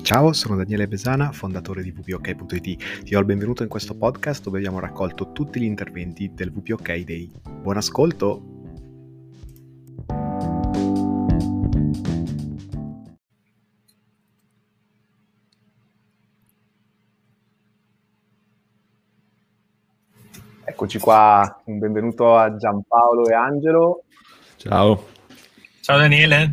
Ciao, sono Daniele Besana, fondatore di wpok.it. Ti do il benvenuto in questo podcast dove abbiamo raccolto tutti gli interventi del WPOK Day. Buon ascolto! Eccoci qua, un benvenuto a Giampaolo e Angelo. Ciao. Ciao Daniele.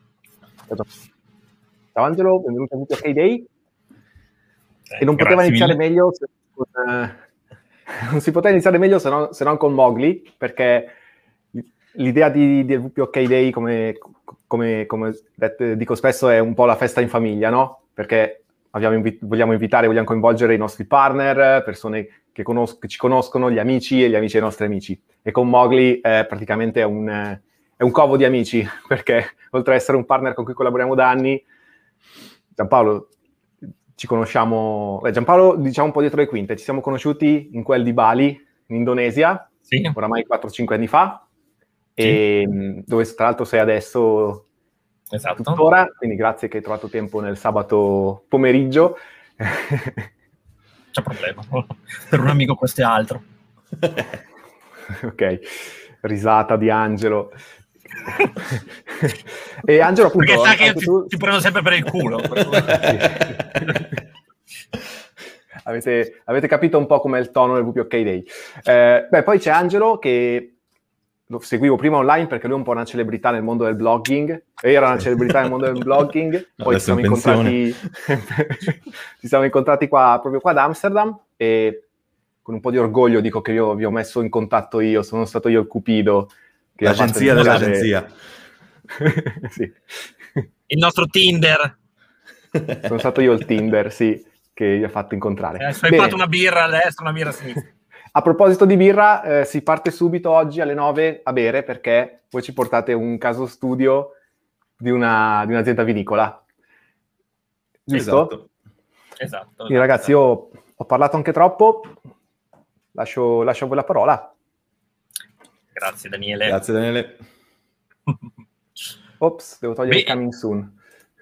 Ciao Angelo, benvenuto a WPOK Day. E non poteva iniziare meglio non si poteva iniziare meglio se non con Mowgli, perché l'idea del WPOK Day, come dico spesso, è un po' la festa in famiglia, no? Perché vogliamo coinvolgere i nostri partner, persone che ci conoscono, gli amici e gli amici dei nostri amici. E con Mowgli praticamente è un covo di amici, perché oltre ad essere un partner con cui collaboriamo da anni, Giampaolo, ci conosciamo... Giampaolo, diciamo un po' dietro le quinte, ci siamo conosciuti in quel di Bali, in Indonesia, sì, oramai 4-5 anni fa, sì, e dove tra l'altro sei adesso, esatto, tuttora, quindi grazie che hai trovato tempo nel sabato pomeriggio. C'è problema, per un amico questo è altro. Ok, risata di Angelo. E Angelo, appunto, perché sa che io ti prendo sempre per il culo. Avete capito un po' com'è il tono del WPOK Day. Poi c'è Angelo, che lo seguivo prima online perché lui è un po' una celebrità nel mondo del blogging, e era una celebrità nel mondo del blogging, poi ci siamo incontrati proprio qua ad Amsterdam, e con un po' di orgoglio dico che io vi ho messo in contatto io, sono stato io il cupido. L'agenzia dell'agenzia. Sì. Il nostro Tinder. Sono stato io il Tinder, sì, che vi ha fatto incontrare. Hai fatto una birra a destra, una birra a sinistra. A proposito di birra, si parte subito oggi alle 9 a bere, perché voi ci portate un caso studio di un'azienda vinicola. Giusto? Esatto. Quindi, ragazzi, io ho parlato anche troppo, lascio a voi la parola. Grazie Daniele. Grazie Daniele. Ops, devo togliere il coming soon.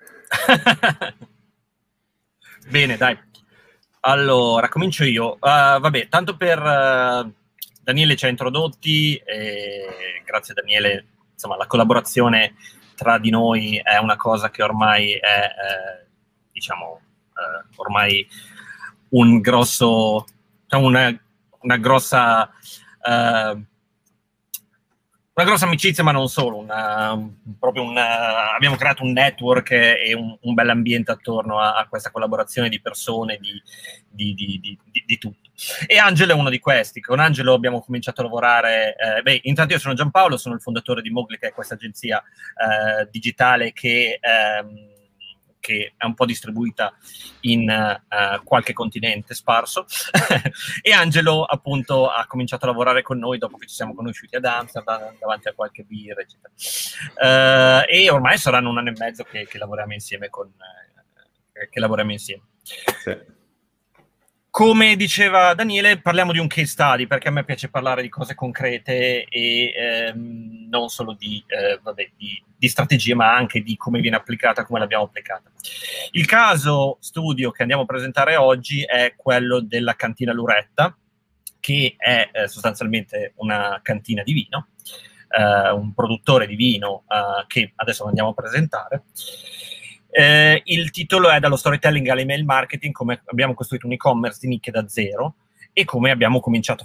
Bene, dai. Allora, comincio io. Vabbè, tanto per... Daniele ci ha introdotti, grazie Daniele. Insomma, la collaborazione tra di noi è una cosa che ormai è, ormai un grosso... una grossa... una grossa amicizia, ma non solo, abbiamo creato un network e un bel ambiente attorno a questa collaborazione di persone, di tutto. E Angelo è uno di questi. Con Angelo abbiamo cominciato a lavorare... intanto io sono Giampaolo, sono il fondatore di Mowgli, che è questa agenzia digitale che è un po' distribuita in qualche continente sparso. E Angelo, appunto, ha cominciato a lavorare con noi dopo che ci siamo conosciuti ad Amsterdam, davanti a qualche birra, eccetera. E ormai saranno 1 anno e mezzo che lavoriamo insieme Sì. Come diceva Daniele, parliamo di un case study, perché a me piace parlare di cose concrete e non solo di strategie, ma anche di come viene applicata, come l'abbiamo applicata. Il caso studio che andiamo a presentare oggi è quello della cantina Luretta, che è sostanzialmente una cantina di vino, un produttore di vino che adesso andiamo a presentare. Il titolo è Dallo storytelling all'email marketing, come abbiamo costruito un e-commerce di nicchia da zero e come abbiamo cominciato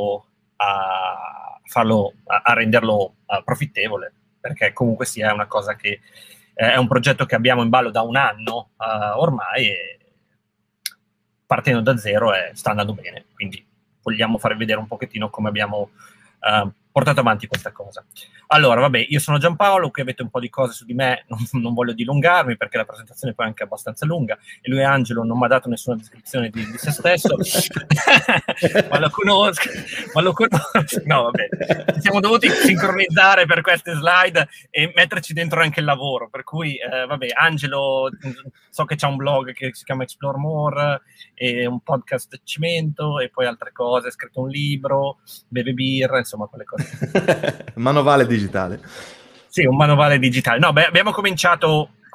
a renderlo profittevole, perché comunque sia una cosa che è un progetto che abbiamo in ballo da 1 anno ormai, e partendo da zero sta andando bene, quindi vogliamo far vedere un pochettino come abbiamo portato avanti questa cosa. Allora, vabbè, io sono Giampaolo, qui avete un po' di cose su di me, non voglio dilungarmi perché la presentazione poi è anche abbastanza lunga, e lui, Angelo, non mi ha dato nessuna descrizione di se stesso, ma lo conosco, no, vabbè, ci siamo dovuti sincronizzare per queste slide e metterci dentro anche il lavoro, per cui, vabbè, Angelo, so che c'ha un blog che si chiama Explore More, e un podcast Cimento, e poi altre cose, ha scritto un libro, beve birra, insomma, quelle cose. Manovale digitale. Sì, un manovale digitale. No, abbiamo cominciato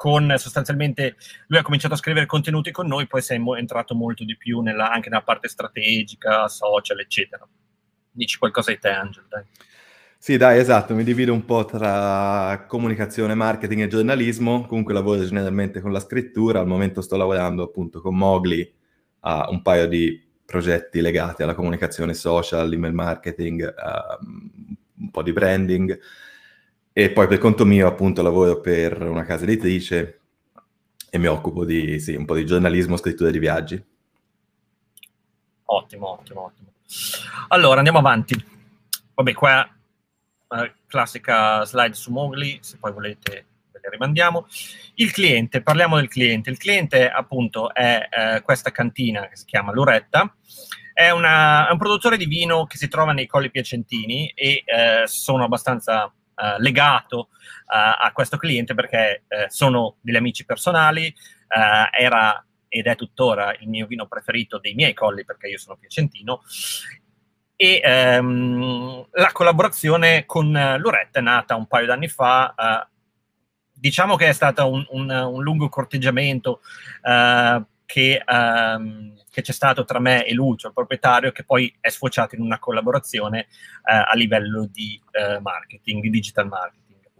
sostanzialmente lui ha cominciato a scrivere contenuti con noi, poi si è entrato molto di più anche nella parte strategica, social, eccetera. Dici qualcosa di te, Angelo, dai. Sì, dai, esatto, mi divido un po' tra comunicazione, marketing e giornalismo. Comunque lavoro generalmente con la scrittura, al momento sto lavorando appunto con Mowgli a un paio di progetti legati alla comunicazione social, email marketing, un po' di branding, e poi per conto mio appunto lavoro per una casa editrice e mi occupo di un po' di giornalismo, scrittura di viaggi. Ottimo. Allora, andiamo avanti. Vabbè, qua classica slide su Mowgli, se poi volete ve le rimandiamo. Il cliente, parliamo del cliente. Il cliente appunto è questa cantina che si chiama Luretta, è un produttore di vino che si trova nei Colli Piacentini e sono abbastanza legato a questo cliente perché sono degli amici personali, era ed è tuttora il mio vino preferito dei miei colli perché io sono piacentino. E la collaborazione con Luretta è nata un paio d'anni fa. Diciamo che è stato un lungo corteggiamento che c'è stato tra me e Lucio, il proprietario, che poi è sfociato in una collaborazione a livello di marketing, di digital marketing.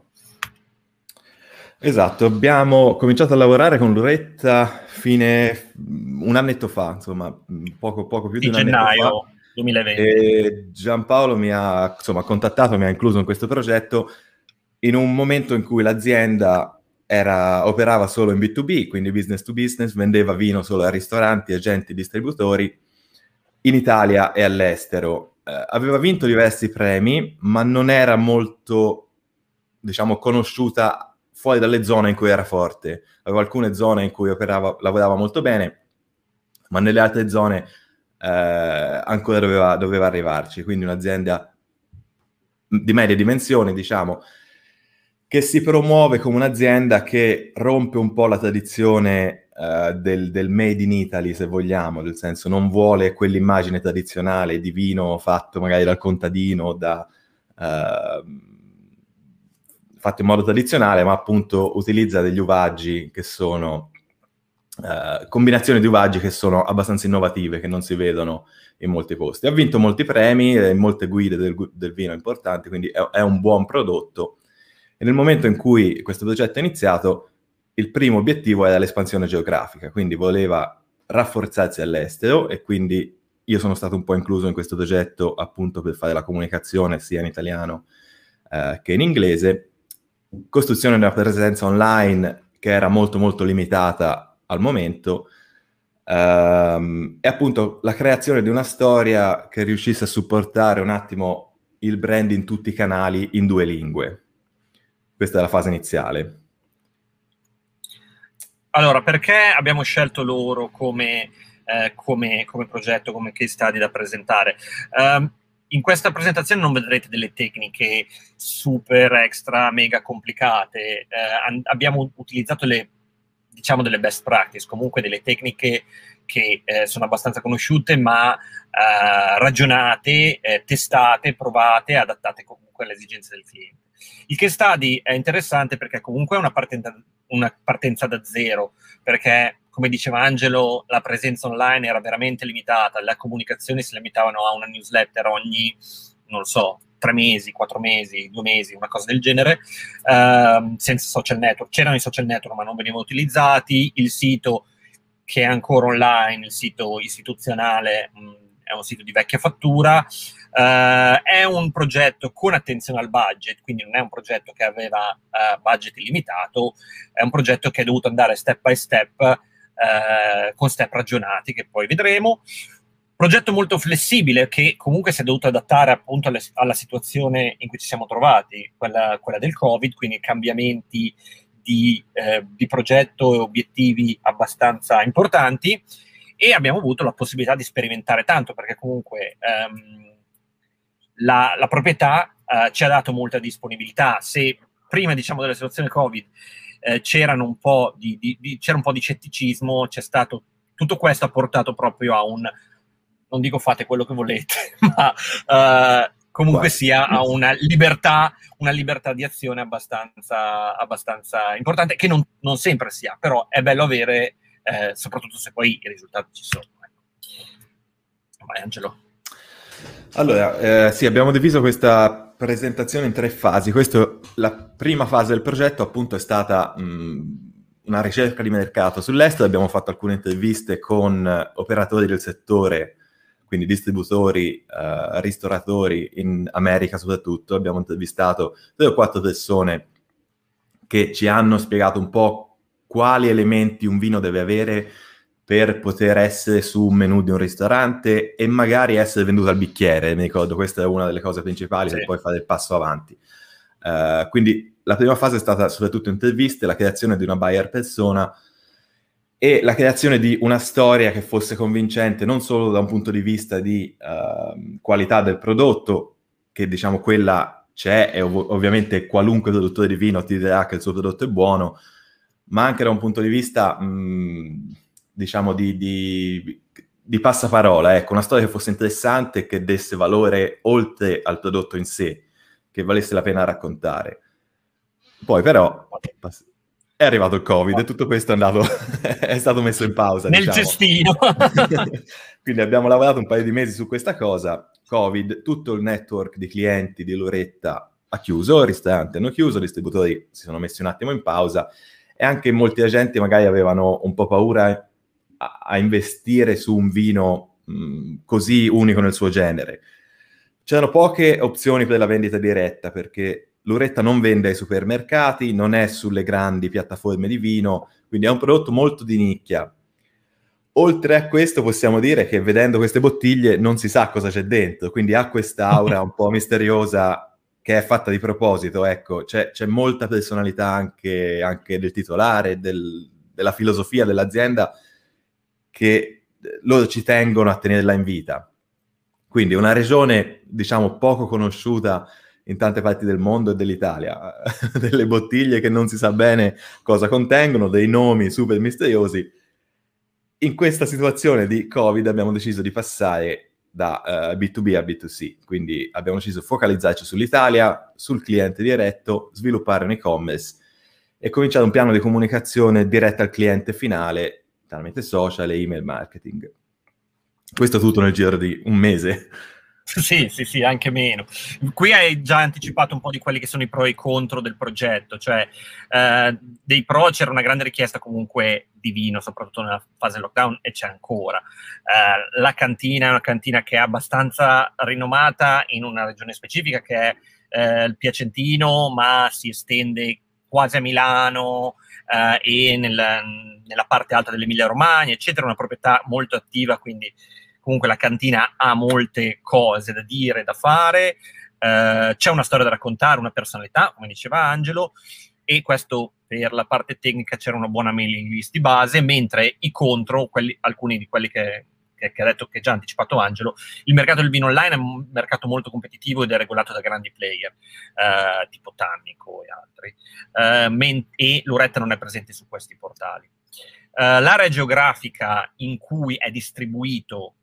Esatto, abbiamo cominciato a lavorare con Luretta un annetto fa, insomma, poco più di un annetto fa. Gennaio 2020. E Giampaolo mi ha contattato, mi ha incluso in questo progetto in un momento in cui l'azienda operava solo in B2B, quindi business to business, vendeva vino solo a ristoranti, agenti, distributori, in Italia e all'estero. Aveva vinto diversi premi, ma non era molto, diciamo, conosciuta fuori dalle zone in cui era forte. Aveva alcune zone in cui lavorava molto bene, ma nelle altre zone ancora doveva arrivarci. Quindi un'azienda di medie dimensioni, diciamo, che si promuove come un'azienda che rompe un po' la tradizione del made in Italy, se vogliamo, nel senso non vuole quell'immagine tradizionale di vino fatto magari dal contadino, fatto in modo tradizionale, ma appunto utilizza degli uvaggi che sono combinazioni di uvaggi che sono abbastanza innovative, che non si vedono in molti posti. Ha vinto molti premi, molte guide del vino importanti, quindi è un buon prodotto. E nel momento in cui questo progetto è iniziato, il primo obiettivo era l'espansione geografica, quindi voleva rafforzarsi all'estero e quindi io sono stato un po' incluso in questo progetto appunto per fare la comunicazione sia in italiano che in inglese. Costruzione di una presenza online che era molto molto limitata al momento, e appunto la creazione di una storia che riuscisse a supportare un attimo il brand in tutti i canali in 2 lingue. Questa è la fase iniziale. Allora, perché abbiamo scelto loro come progetto, come case study da presentare? In questa presentazione non vedrete delle tecniche super extra mega complicate, abbiamo utilizzato delle best practice, comunque delle tecniche che sono abbastanza conosciute ma ragionate, testate, provate, adattate comunque alle esigenze del cliente. Il case study è interessante perché comunque è una partenza da zero, perché come diceva Angelo, la presenza online era veramente limitata, le comunicazioni si limitavano a una newsletter ogni, non lo so, 3 mesi, 4 mesi, 2 mesi, una cosa del genere, senza social network. C'erano i social network ma non venivano utilizzati, il sito che è ancora online, il sito istituzionale, è un sito di vecchia fattura, è un progetto con attenzione al budget, quindi non è un progetto che aveva budget illimitato, è un progetto che è dovuto andare step by step, con step ragionati che poi vedremo. Progetto molto flessibile che comunque si è dovuto adattare appunto alla situazione in cui ci siamo trovati, quella del Covid, quindi cambiamenti di progetto e obiettivi abbastanza importanti, e abbiamo avuto la possibilità di sperimentare tanto perché comunque la proprietà ci ha dato molta disponibilità. Se prima, diciamo, della situazione Covid c'era un po' di scetticismo, c'è stato, tutto questo ha portato proprio a non dico fate quello che volete, ma comunque sia ha una libertà di azione abbastanza importante, che non sempre si ha, però è bello avere, soprattutto se poi i risultati ci sono. Vai Angelo. Allora, sì, abbiamo diviso questa presentazione in 3 fasi. La prima fase del progetto appunto è stata una ricerca di mercato sull'estero. Abbiamo fatto alcune interviste con operatori del settore, quindi distributori, ristoratori in America soprattutto. Abbiamo intervistato 3 o 4 persone che ci hanno spiegato un po' quali elementi un vino deve avere per poter essere su un menù di un ristorante e magari essere venduto al bicchiere. Mi ricordo, questa è una delle cose principali per poi fare il passo avanti. Quindi la prima fase è stata soprattutto interviste, la creazione di una buyer persona e la creazione di una storia che fosse convincente non solo da un punto di vista di qualità del prodotto, che diciamo quella c'è e ovviamente qualunque produttore di vino ti dirà che il suo prodotto è buono, ma anche da un punto di vista diciamo di passaparola, ecco, una storia che fosse interessante e che desse valore oltre al prodotto in sé, che valesse la pena raccontare. Poi però è arrivato il Covid e tutto questo è stato messo in pausa, nel diciamo. cestino. Quindi abbiamo lavorato un paio di mesi su questa cosa. Covid, tutto il network di clienti di Loretta ha chiuso, i ristoranti hanno chiuso, i distributori si sono messi un attimo in pausa e anche molti agenti magari avevano un po' paura a investire su un vino così unico nel suo genere. C'erano poche opzioni per la vendita diretta, perché Loretta non vende ai supermercati, non è sulle grandi piattaforme di vino, quindi è un prodotto molto di nicchia. Oltre a questo possiamo dire che vedendo queste bottiglie non si sa cosa c'è dentro, quindi ha questa aura un po' misteriosa che è fatta di proposito, ecco, c'è molta personalità anche del titolare, della filosofia dell'azienda, che loro ci tengono a tenerla in vita. Quindi una regione, diciamo, poco conosciuta in tante parti del mondo e dell'Italia, delle bottiglie che non si sa bene cosa contengono, dei nomi super misteriosi. In questa situazione di Covid abbiamo deciso di passare da B2B a B2C, quindi abbiamo deciso di focalizzarci sull'Italia, sul cliente diretto, sviluppare un e-commerce e cominciare un piano di comunicazione diretta al cliente finale tramite social e email marketing. Questo tutto nel giro di un mese. Sì, anche meno. Qui hai già anticipato un po' di quelli che sono i pro e i contro del progetto, cioè dei pro c'era una grande richiesta comunque di vino, soprattutto nella fase lockdown, e c'è ancora. La cantina è una cantina che è abbastanza rinomata in una regione specifica che è il Piacentino, ma si estende quasi a Milano e nella parte alta dell'Emilia Romagna, eccetera, una proprietà molto attiva, quindi comunque la cantina ha molte cose da dire, da fare, c'è una storia da raccontare, una personalità, come diceva Angelo, e questo per la parte tecnica c'era una buona mailing list di base, mentre i contro, alcuni di quelli che ha detto, che già anticipato Angelo, il mercato del vino online è un mercato molto competitivo ed è regolato da grandi player, tipo Tannico e altri, e Loretta non è presente su questi portali. L'area geografica in cui è distribuito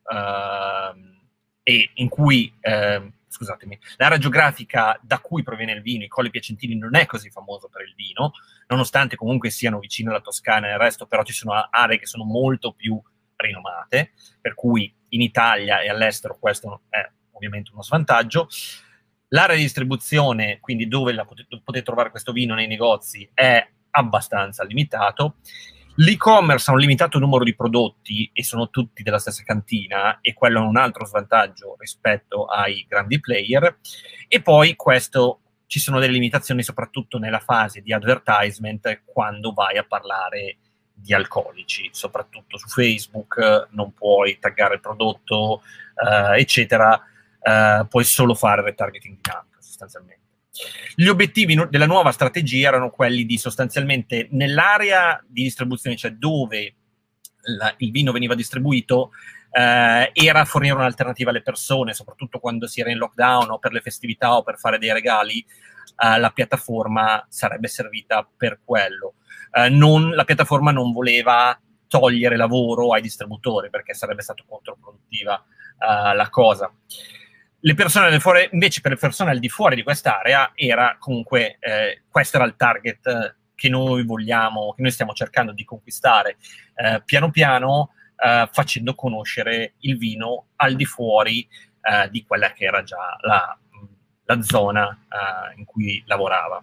e in cui, scusatemi, l'area geografica da cui proviene il vino, i Colli Piacentini, non è così famoso per il vino, nonostante comunque siano vicino alla Toscana e il resto, però ci sono aree che sono molto più rinomate, per cui in Italia e all'estero questo è ovviamente uno svantaggio. L'area di distribuzione, quindi dove potete trovare questo vino nei negozi, è abbastanza limitato. L'e-commerce ha un limitato numero di prodotti e sono tutti della stessa cantina, e quello è un altro svantaggio rispetto ai grandi player. E poi ci sono delle limitazioni soprattutto nella fase di advertisement, quando vai a parlare di alcolici, soprattutto su Facebook non puoi taggare il prodotto, eccetera, puoi solo fare retargeting dinamico sostanzialmente. Gli obiettivi della nuova strategia erano quelli di sostanzialmente nell'area di distribuzione, cioè dove il vino veniva distribuito, era fornire un'alternativa alle persone, soprattutto quando si era in lockdown o per le festività o per fare dei regali. La piattaforma sarebbe servita per quello. La piattaforma non voleva togliere lavoro ai distributori, perché sarebbe stato controproduttiva la cosa. le persone al di fuori, invece per le persone al di fuori di quest'area era comunque, questo era il target che noi vogliamo, che noi stiamo cercando di conquistare piano piano, facendo conoscere il vino al di fuori di quella che era già la zona in cui lavorava.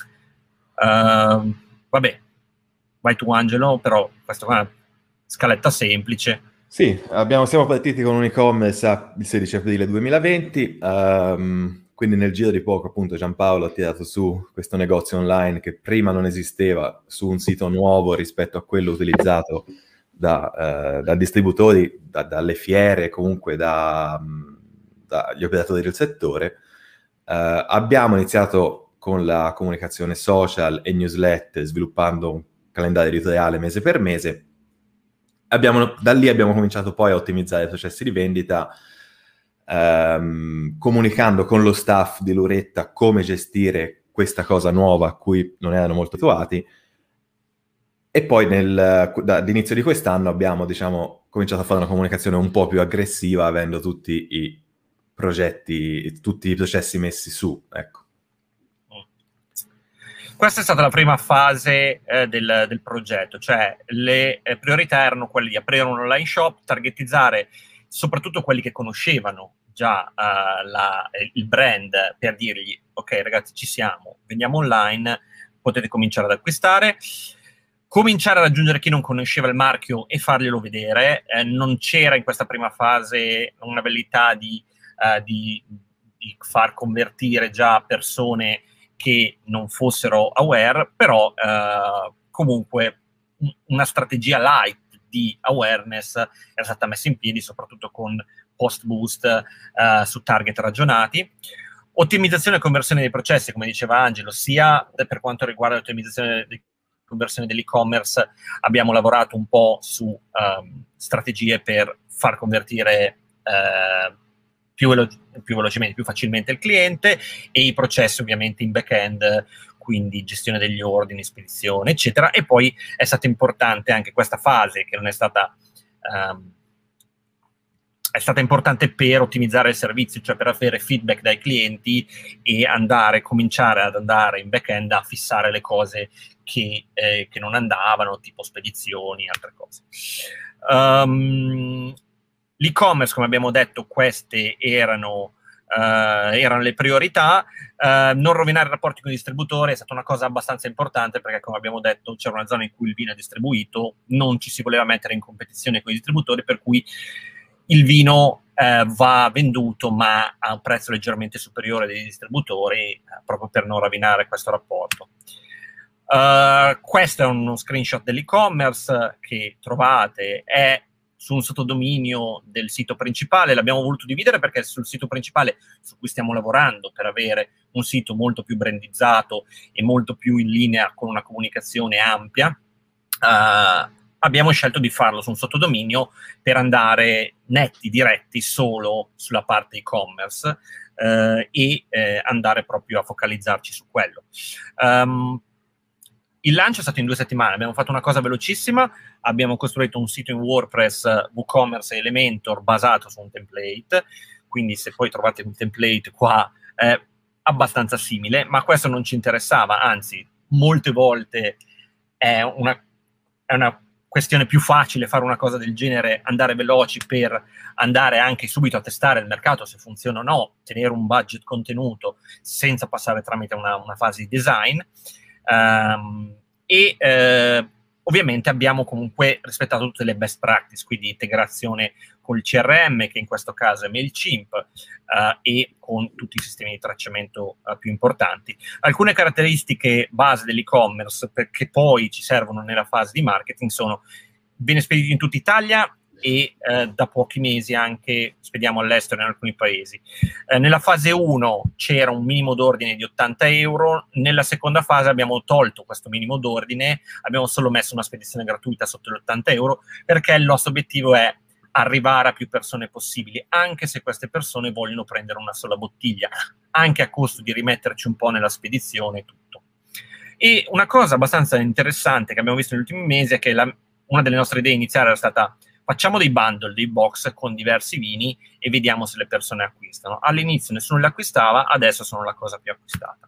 Vabbè, vai tu Angelo, però questa qua è una scaletta semplice. Sì, siamo partiti con un e-commerce il 16 aprile 2020, quindi nel giro di poco appunto Giampaolo ha tirato su questo negozio online che prima non esisteva, su un sito nuovo rispetto a quello utilizzato da distributori, dalle fiere, comunque dagli operatori del settore. Abbiamo iniziato con la comunicazione social e newsletter, sviluppando un calendario editoriale mese per mese. Da lì abbiamo cominciato poi a ottimizzare i processi di vendita, comunicando con lo staff di Luretta come gestire questa cosa nuova a cui non erano molto abituati. E poi dall'inizio di quest'anno abbiamo, diciamo, cominciato a fare una comunicazione un po' più aggressiva, avendo tutti i processi messi su, ecco. Questa è stata la prima fase del progetto, cioè le priorità erano quelle di aprire un online shop, targetizzare soprattutto quelli che conoscevano già il brand, per dirgli ok ragazzi ci siamo, vendiamo online, potete cominciare ad acquistare, cominciare a raggiungere chi non conosceva il marchio e farglielo vedere. Non c'era in questa prima fase una velleità di far convertire già persone che non fossero aware, però comunque una strategia light di awareness era stata messa in piedi, soprattutto con post boost su target ragionati. Ottimizzazione e conversione dei processi, come diceva Angelo, sia per quanto riguarda l'ottimizzazione di conversione dell'e-commerce, abbiamo lavorato un po' su strategie per far convertire più velocemente, più facilmente il cliente, e i processi ovviamente in back-end, quindi gestione degli ordini, spedizione, eccetera. E poi è stata importante anche questa fase, che non è stata importante per ottimizzare il servizio, cioè per avere feedback dai clienti e cominciare ad andare in back-end a fissare le cose che non andavano, tipo spedizioni, altre cose. L'e-commerce, come abbiamo detto, queste erano le priorità. Non rovinare i rapporti con i distributori è stata una cosa abbastanza importante, perché come abbiamo detto c'era una zona in cui il vino è distribuito, non ci si voleva mettere in competizione con i distributori, per cui il vino va venduto ma a un prezzo leggermente superiore dei distributori, proprio per non rovinare questo rapporto. Questo è uno screenshot dell'e-commerce che trovate, è su un sottodominio del sito principale. L'abbiamo voluto dividere perché sul sito principale, su cui stiamo lavorando per avere un sito molto più brandizzato e molto più in linea con una comunicazione ampia, abbiamo scelto di farlo su un sottodominio per andare diretti solo sulla parte e-commerce e andare proprio a focalizzarci su quello. Il lancio è stato in 2 settimane, abbiamo fatto una cosa velocissima, abbiamo costruito un sito in WordPress, WooCommerce e Elementor basato su un template, quindi se poi trovate un template qua è abbastanza simile, ma questo non ci interessava, anzi molte volte è una questione più facile fare una cosa del genere, andare veloci per andare anche subito a testare il mercato se funziona o no, tenere un budget contenuto senza passare tramite una fase di design. Ovviamente abbiamo comunque rispettato tutte le best practice, quindi integrazione con il CRM, che in questo caso è MailChimp, e con tutti i sistemi di tracciamento più importanti. Alcune caratteristiche base dell'e-commerce che poi ci servono nella fase di marketing sono: viene spedito in tutta Italia e da pochi mesi anche spediamo all'estero in alcuni paesi. Nella fase 1 c'era un minimo d'ordine di 80 euro, nella seconda fase abbiamo tolto questo minimo d'ordine, abbiamo solo messo una spedizione gratuita sotto gli 80 euro, perché il nostro obiettivo è arrivare a più persone possibili, anche se queste persone vogliono prendere una sola bottiglia, anche a costo di rimetterci un po' nella spedizione e tutto. E una cosa abbastanza interessante che abbiamo visto negli ultimi mesi è che una delle nostre idee iniziali era stata facciamo dei bundle, dei box con diversi vini e vediamo se le persone acquistano. All'inizio nessuno li acquistava, adesso sono la cosa più acquistata.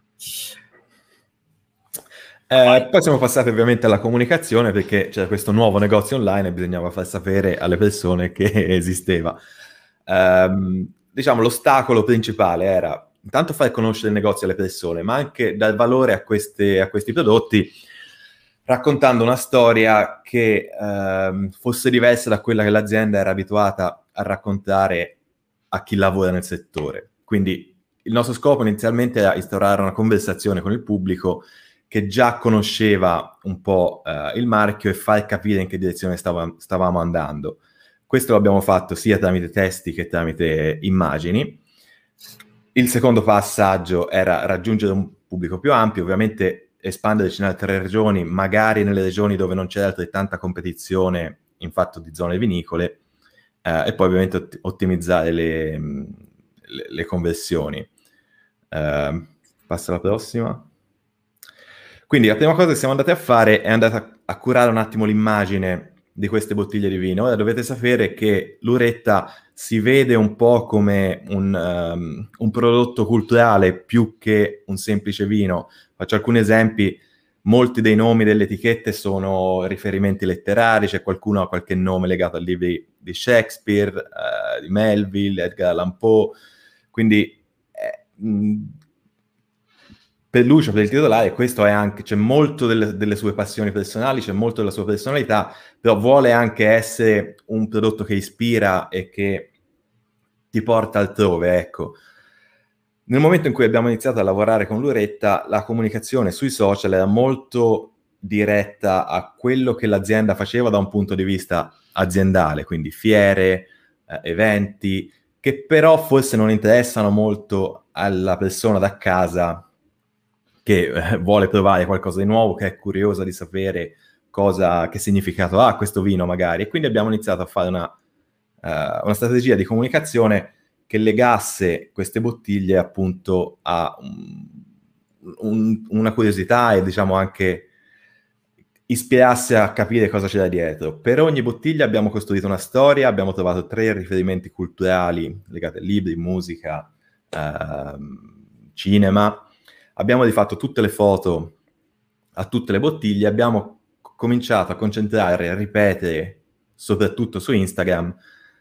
Poi siamo passati ovviamente alla comunicazione, perché c'era questo nuovo negozio online e bisognava far sapere alle persone che esisteva. Diciamo, l'ostacolo principale era intanto far conoscere il negozio alle persone, ma anche dar valore a questi prodotti, raccontando una storia che fosse diversa da quella che l'azienda era abituata a raccontare a chi lavora nel settore. Quindi il nostro scopo inizialmente era instaurare una conversazione con il pubblico che già conosceva un po' il marchio e far capire in che direzione stavamo andando. Questo l'abbiamo fatto sia tramite testi che tramite immagini. Il secondo passaggio era raggiungere un pubblico più ampio, ovviamente espanderci in altre regioni, magari nelle regioni dove non c'era altrettanta competizione in fatto di zone vinicole, e poi ovviamente ottimizzare le conversioni. Passa alla prossima. Quindi la prima cosa che siamo andati a fare è andare a curare un attimo l'immagine di queste bottiglie di vino. Ora dovete sapere che l'Uretta si vede un po' come un prodotto culturale più che un semplice vino. Faccio alcuni esempi: molti dei nomi delle etichette sono riferimenti letterari, c'è qualcuno ha qualche nome legato a libri di Shakespeare, di Melville, Edgar Allan Poe, quindi per Lucio, per il titolare, questo è anche, c'è molto delle sue passioni personali, c'è molto della sua personalità, però vuole anche essere un prodotto che ispira e che ti porta altrove, ecco. Nel momento in cui abbiamo iniziato a lavorare con l'Uretta, la comunicazione sui social era molto diretta a quello che l'azienda faceva da un punto di vista aziendale, quindi fiere, eventi, che però forse non interessano molto alla persona da casa che vuole provare qualcosa di nuovo, che è curiosa di sapere che significato ha questo vino magari. E quindi abbiamo iniziato a fare una strategia di comunicazione che legasse queste bottiglie appunto a una curiosità e diciamo anche ispirasse a capire cosa c'era dietro. Per ogni bottiglia abbiamo costruito una storia, abbiamo trovato 3 riferimenti culturali legati a libri, musica, cinema. Abbiamo rifatto tutte le foto a tutte le bottiglie, abbiamo cominciato a concentrare, a ripetere, soprattutto su Instagram,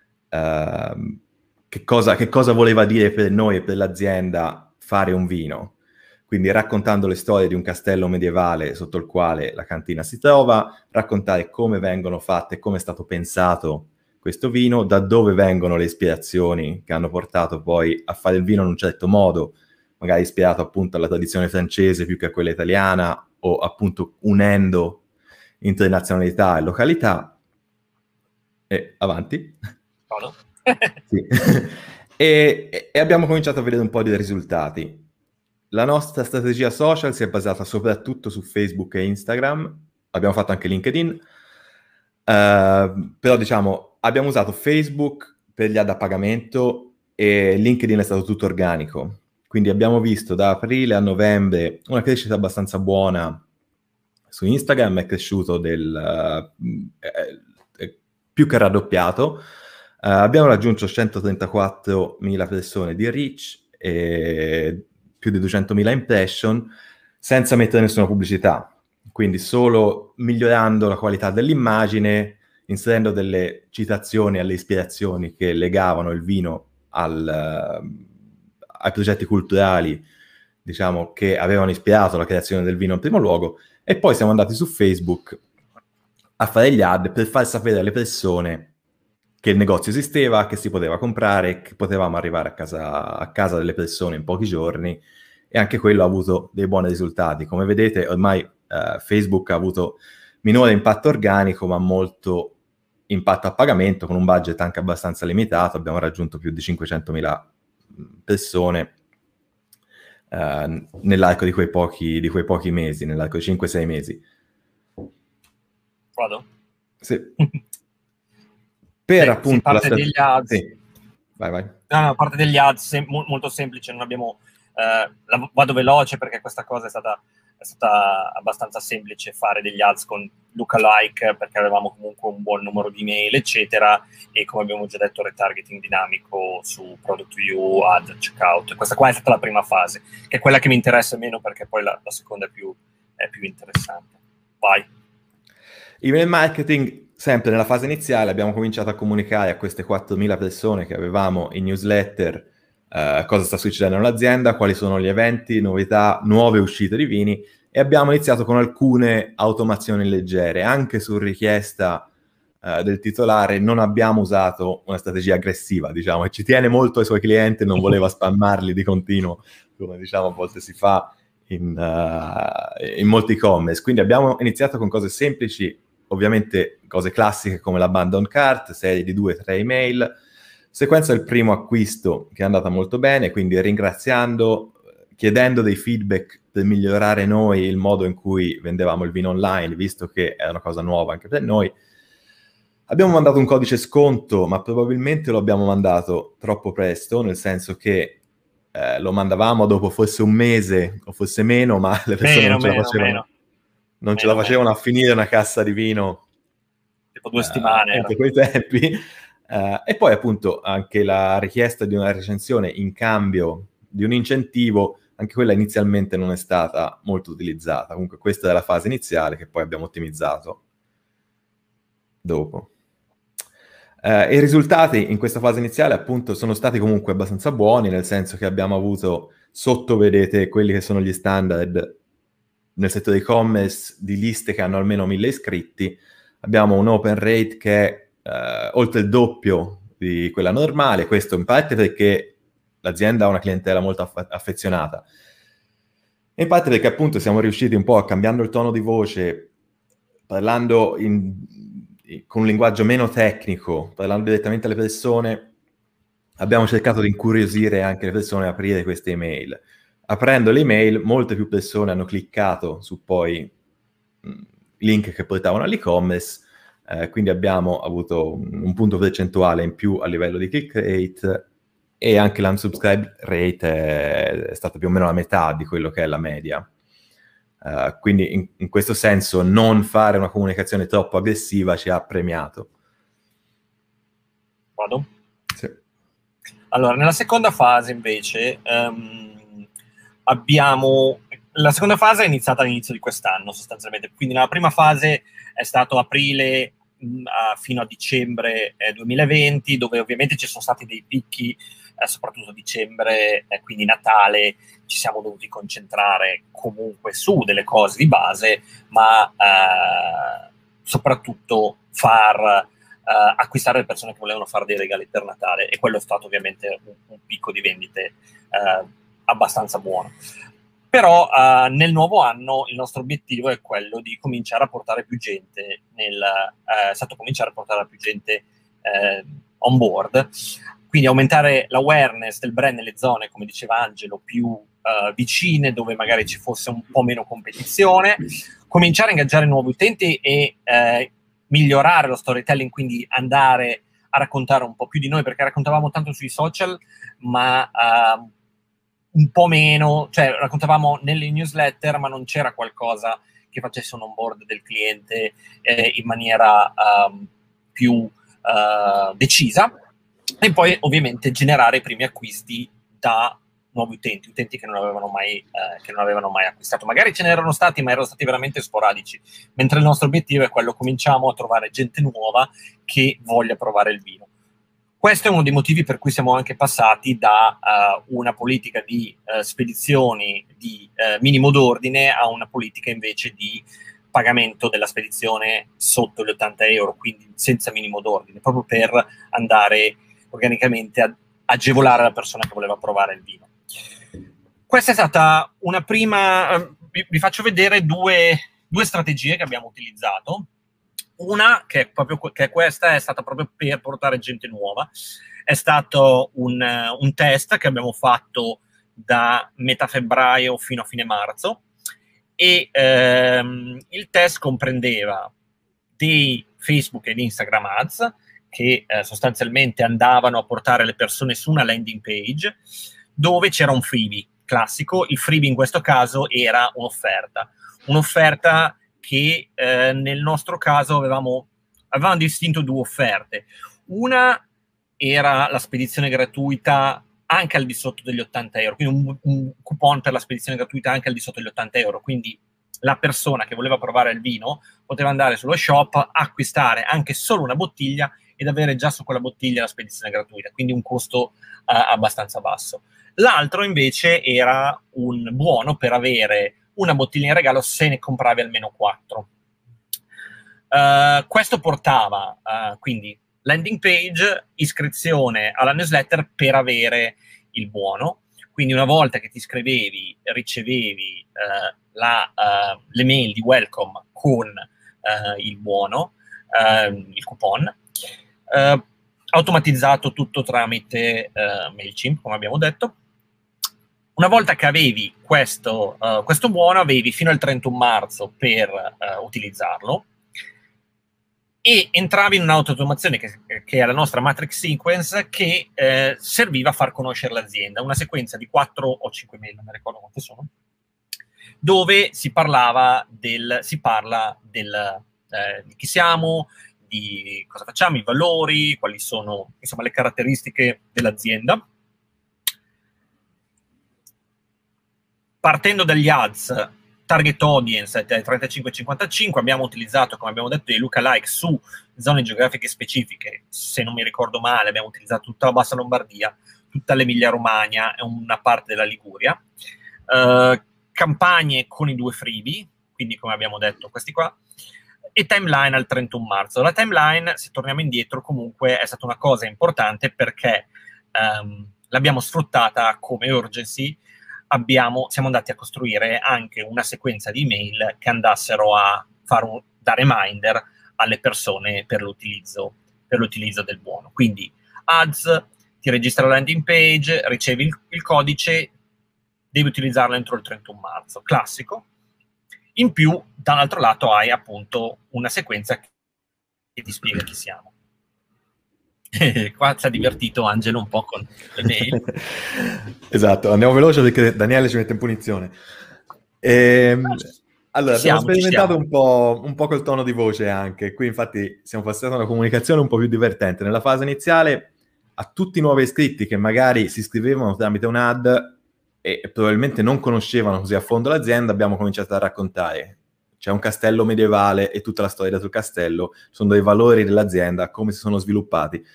che cosa voleva dire per noi e per l'azienda fare un vino. Quindi raccontando le storie di un castello medievale sotto il quale la cantina si trova, raccontare come vengono fatte, come è stato pensato questo vino, da dove vengono le ispirazioni che hanno portato poi a fare il vino in un certo modo, magari ispirato appunto alla tradizione francese più che a quella italiana, o appunto unendo internazionalità e località. E avanti. Vado. Sì. e abbiamo cominciato a vedere un po' di risultati. La nostra strategia social si è basata soprattutto su Facebook e Instagram, abbiamo fatto anche LinkedIn, però diciamo abbiamo usato Facebook per gli ad a pagamento e LinkedIn è stato tutto organico. Quindi abbiamo visto da aprile a novembre una crescita abbastanza buona su Instagram, è cresciuto più che raddoppiato. Abbiamo raggiunto 134.000 persone di reach e più di 200.000 impression senza mettere nessuna pubblicità. Quindi solo migliorando la qualità dell'immagine, inserendo delle citazioni alle ispirazioni che legavano il vino ai progetti culturali, diciamo, che avevano ispirato la creazione del vino in primo luogo, e poi siamo andati su Facebook a fare gli ad per far sapere alle persone che il negozio esisteva, che si poteva comprare, che potevamo arrivare a casa delle persone in pochi giorni, e anche quello ha avuto dei buoni risultati. Come vedete, ormai Facebook ha avuto minore impatto organico, ma molto impatto a pagamento, con un budget anche abbastanza limitato. Abbiamo raggiunto più di 500.000 persone nell'arco di quei pochi mesi, nell'arco di 5-6 mesi. Vado? Sì. Per appunto parte degli ads. Sì. Vai. No, a parte degli ads molto semplice, non abbiamo vado veloce perché questa cosa è stata è stata abbastanza semplice fare degli ads con lookalike, perché avevamo comunque un buon numero di email, eccetera, e come abbiamo già detto retargeting dinamico su product view, ad, checkout. Questa qua è stata la prima fase, che è quella che mi interessa meno, perché poi la seconda è più interessante. Vai. Email marketing, sempre nella fase iniziale abbiamo cominciato a comunicare a queste 4.000 persone che avevamo in newsletter cosa sta succedendo nell'azienda, quali sono gli eventi, novità, nuove uscite di vini, e abbiamo iniziato con alcune automazioni leggere, anche su richiesta del titolare. Non abbiamo usato una strategia aggressiva, diciamo, e ci tiene molto ai suoi clienti, non voleva spammarli di continuo, come diciamo a volte si fa in molti e-commerce. Quindi abbiamo iniziato con cose semplici, ovviamente cose classiche come l'abandon cart, serie di 2-3 email, sequenza del primo acquisto che è andata molto bene, quindi ringraziando, chiedendo dei feedback per migliorare noi il modo in cui vendevamo il vino online, visto che è una cosa nuova anche per noi. Abbiamo mandato un codice sconto, ma probabilmente lo abbiamo mandato troppo presto, nel senso che lo mandavamo dopo forse un mese o forse meno, ma le persone non ce la facevano a finire una cassa di vino tipo 2 settimane per quei tempi. E poi appunto anche la richiesta di una recensione in cambio di un incentivo, anche quella inizialmente non è stata molto utilizzata. Comunque questa è la fase iniziale che poi abbiamo ottimizzato dopo. I risultati in questa fase iniziale appunto sono stati comunque abbastanza buoni, nel senso che abbiamo avuto, sotto vedete quelli che sono gli standard nel settore e-commerce di liste che hanno almeno 1.000 iscritti. Abbiamo un open rate che è oltre il doppio di quella normale, questo in parte perché l'azienda ha una clientela molto affezionata, e in parte perché appunto siamo riusciti un po', cambiando il tono di voce, parlando con un linguaggio meno tecnico, parlando direttamente alle persone, abbiamo cercato di incuriosire anche le persone a aprire queste email. Aprendo le email, molte più persone hanno cliccato su poi link che portavano all'e-commerce, quindi abbiamo avuto un punto percentuale in più a livello di click rate, e anche l'unsubscribe rate è stata più o meno la metà di quello che è la media. Quindi in questo senso non fare una comunicazione troppo aggressiva ci ha premiato. Vado? Sì. Allora, nella seconda fase invece la seconda fase è iniziata all'inizio di quest'anno sostanzialmente, quindi nella prima fase è stato aprile fino a dicembre 2020, dove ovviamente ci sono stati dei picchi, soprattutto a dicembre, quindi Natale, ci siamo dovuti concentrare comunque su delle cose di base, ma soprattutto far acquistare le persone che volevano fare dei regali per Natale, e quello è stato ovviamente un picco di vendite abbastanza buono. Però nel nuovo anno il nostro obiettivo è quello di cominciare a portare più gente on board, quindi aumentare l'awareness del brand nelle zone, come diceva Angelo, più vicine, dove magari ci fosse un po' meno competizione, cominciare a ingaggiare nuovi utenti e migliorare lo storytelling, quindi andare a raccontare un po' più di noi, perché raccontavamo tanto sui social, ma un po' meno, cioè raccontavamo nelle newsletter, ma non c'era qualcosa che facesse un onboard del cliente in maniera più decisa, e poi ovviamente generare i primi acquisti da nuovi utenti che non avevano mai acquistato. Magari ce n'erano stati, ma erano stati veramente sporadici, mentre il nostro obiettivo è quello: cominciamo a trovare gente nuova che voglia provare il vino. Questo è uno dei motivi per cui siamo anche passati da una politica di spedizioni di minimo d'ordine a una politica invece di pagamento della spedizione sotto gli 80 euro, quindi senza minimo d'ordine, proprio per andare organicamente a agevolare la persona che voleva provare il vino. Questa è stata una prima... vi faccio vedere due strategie che abbiamo utilizzato. Una, che è questa, è stata proprio per portare gente nuova. È stato un test che abbiamo fatto da metà febbraio fino a fine marzo, e il test comprendeva dei Facebook ed Instagram ads che sostanzialmente andavano a portare le persone su una landing page dove c'era un freebie. classico. Il freebie in questo caso era un'offerta che nel nostro caso avevamo distinto due offerte. Una era la spedizione gratuita anche al di sotto degli 80 euro, quindi un coupon per la spedizione gratuita anche al di sotto degli 80 euro, quindi la persona che voleva provare il vino poteva andare sullo shop, acquistare anche solo una bottiglia ed avere già su quella bottiglia la spedizione gratuita, quindi un costo abbastanza basso. L'altro invece era un buono per avere una bottiglia in regalo se ne compravi almeno 4. Questo portava quindi landing page, iscrizione alla newsletter per avere il buono. Quindi una volta che ti iscrivevi ricevevi le mail di welcome con il buono, il coupon, automatizzato tutto tramite MailChimp, come abbiamo detto. Una volta che avevi questo buono, avevi fino al 31 marzo per utilizzarlo, e entravi in un'automazione che è la nostra matrix sequence, che serviva a far conoscere l'azienda, una sequenza di 4 o 5 mail, non mi ricordo quante sono, dove si parla di chi siamo, di cosa facciamo, i valori, quali sono insomma le caratteristiche dell'azienda. Partendo dagli ads, target audience 35-55, abbiamo utilizzato, come abbiamo detto, dei lookalike su zone geografiche specifiche. Se non mi ricordo male, abbiamo utilizzato tutta la Bassa Lombardia, tutta l'Emilia Romagna e una parte della Liguria. Campagne con i 2 freebie, quindi come abbiamo detto questi qua, e timeline al 31 marzo. La timeline, se torniamo indietro, comunque è stata una cosa importante perché l'abbiamo sfruttata come urgency. Siamo andati a costruire anche una sequenza di email che andassero a da reminder alle persone per l'utilizzo del buono. Quindi ads, ti registra la landing page, ricevi il codice, devi utilizzarlo entro il 31 marzo, classico. In più, dall'altro lato, hai appunto una sequenza che ti spiega chi siamo. Qua si è divertito Angelo un po' con le mail. Esatto, andiamo veloce perché Daniele ci mette in punizione. Allora, abbiamo sperimentato un po' col tono di voce anche. Qui infatti siamo passati a una comunicazione un po' più divertente. Nella fase iniziale, a tutti i nuovi iscritti che magari si iscrivevano tramite un ad e probabilmente non conoscevano così a fondo l'azienda, abbiamo cominciato a raccontare. C'è un castello medievale e tutta la storia dietro il castello, sono dei valori dell'azienda, come si sono sviluppati.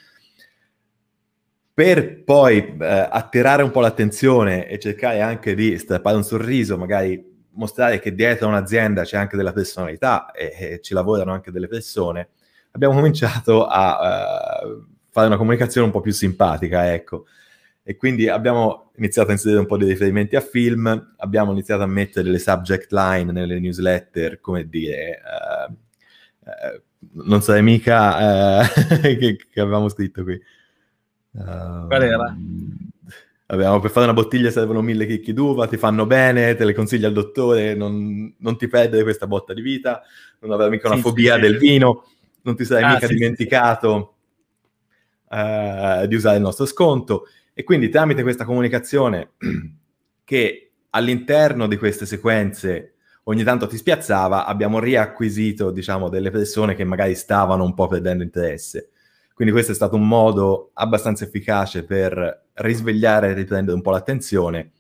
Per poi attirare un po' l'attenzione e cercare anche di strappare un sorriso, magari mostrare che dietro a un'azienda c'è anche della personalità e ci lavorano anche delle persone, abbiamo cominciato a fare una comunicazione un po' più simpatica, ecco. E quindi abbiamo iniziato a inserire un po' di riferimenti a film, abbiamo iniziato a mettere delle subject line nelle newsletter, come dire, non sai mica che avevamo scritto qui. Qual era? Per fare una bottiglia servono 1000 chicchi d'uva, ti fanno bene, te le consiglia il dottore, non ti perdere questa botta di vita, non avrai mica una fobia del vino, non ti sarai mica dimenticato di usare il nostro sconto. E quindi tramite questa comunicazione che all'interno di queste sequenze ogni tanto ti spiazzava, abbiamo riacquisito, diciamo, delle persone che magari stavano un po' perdendo interesse. Quindi questo è stato un modo abbastanza efficace per risvegliare e riprendere un po' l'attenzione.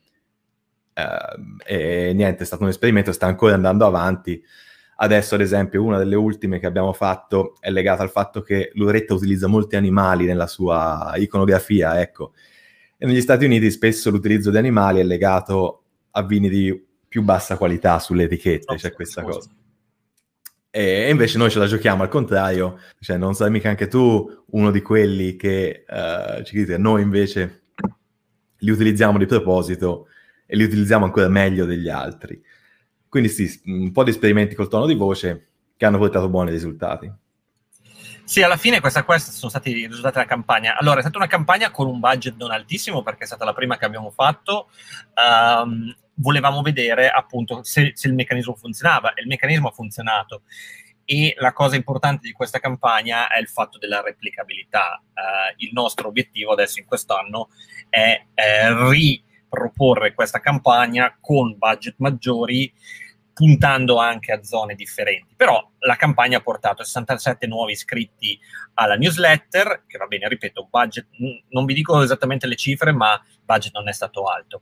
E niente, è stato un esperimento, sta ancora andando avanti. Adesso, ad esempio, una delle ultime che abbiamo fatto è legata al fatto che Loretta utilizza molti animali nella sua iconografia, ecco. E negli Stati Uniti spesso l'utilizzo di animali è legato a vini di più bassa qualità sulle etichette, c'è questa cosa. E invece noi ce la giochiamo al contrario, cioè non sai mica anche tu uno di quelli che ci dite, noi invece li utilizziamo di proposito e li utilizziamo ancora meglio degli altri. Quindi sì, un po' di esperimenti col tono di voce che hanno portato buoni risultati. Sì, alla fine questi sono stati i risultati della campagna. Allora, è stata una campagna con un budget non altissimo, perché è stata la prima che abbiamo fatto. Volevamo vedere appunto se il meccanismo funzionava, e il meccanismo ha funzionato. E la cosa importante di questa campagna è il fatto della replicabilità. Il nostro obiettivo adesso in quest'anno è proporre questa campagna con budget maggiori, puntando anche a zone differenti. Però la campagna ha portato 67 nuovi iscritti alla newsletter, che va bene, ripeto, budget, non vi dico esattamente le cifre, ma il budget non è stato alto.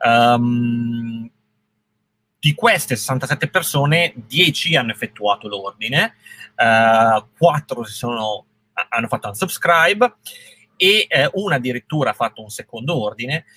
Di queste 67 persone, 10 hanno effettuato l'ordine, 4 hanno fatto unsubscribe e una addirittura ha fatto un secondo ordine.